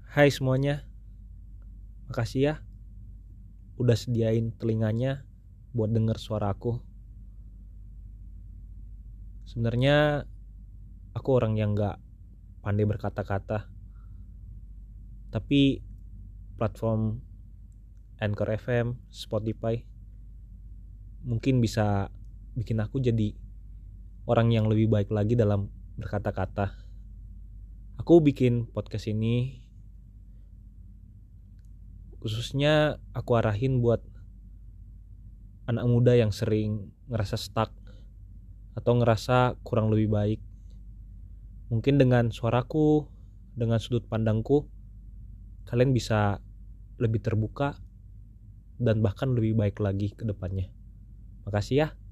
Hai semuanya, makasih ya udah sediain telinganya buat denger suara aku. Sebenarnya aku orang yang gak pandai berkata-kata, tapi platform Anchor FM, Spotify mungkin bisa bikin aku jadi orang yang lebih baik lagi dalam berkata-kata. Aku bikin podcast ini khususnya aku arahin buat anak muda yang sering ngerasa stuck atau ngerasa kurang lebih baik. Mungkin dengan suaraku, dengan sudut pandangku, kalian bisa lebih terbuka dan bahkan lebih baik lagi ke depannya. Makasih ya.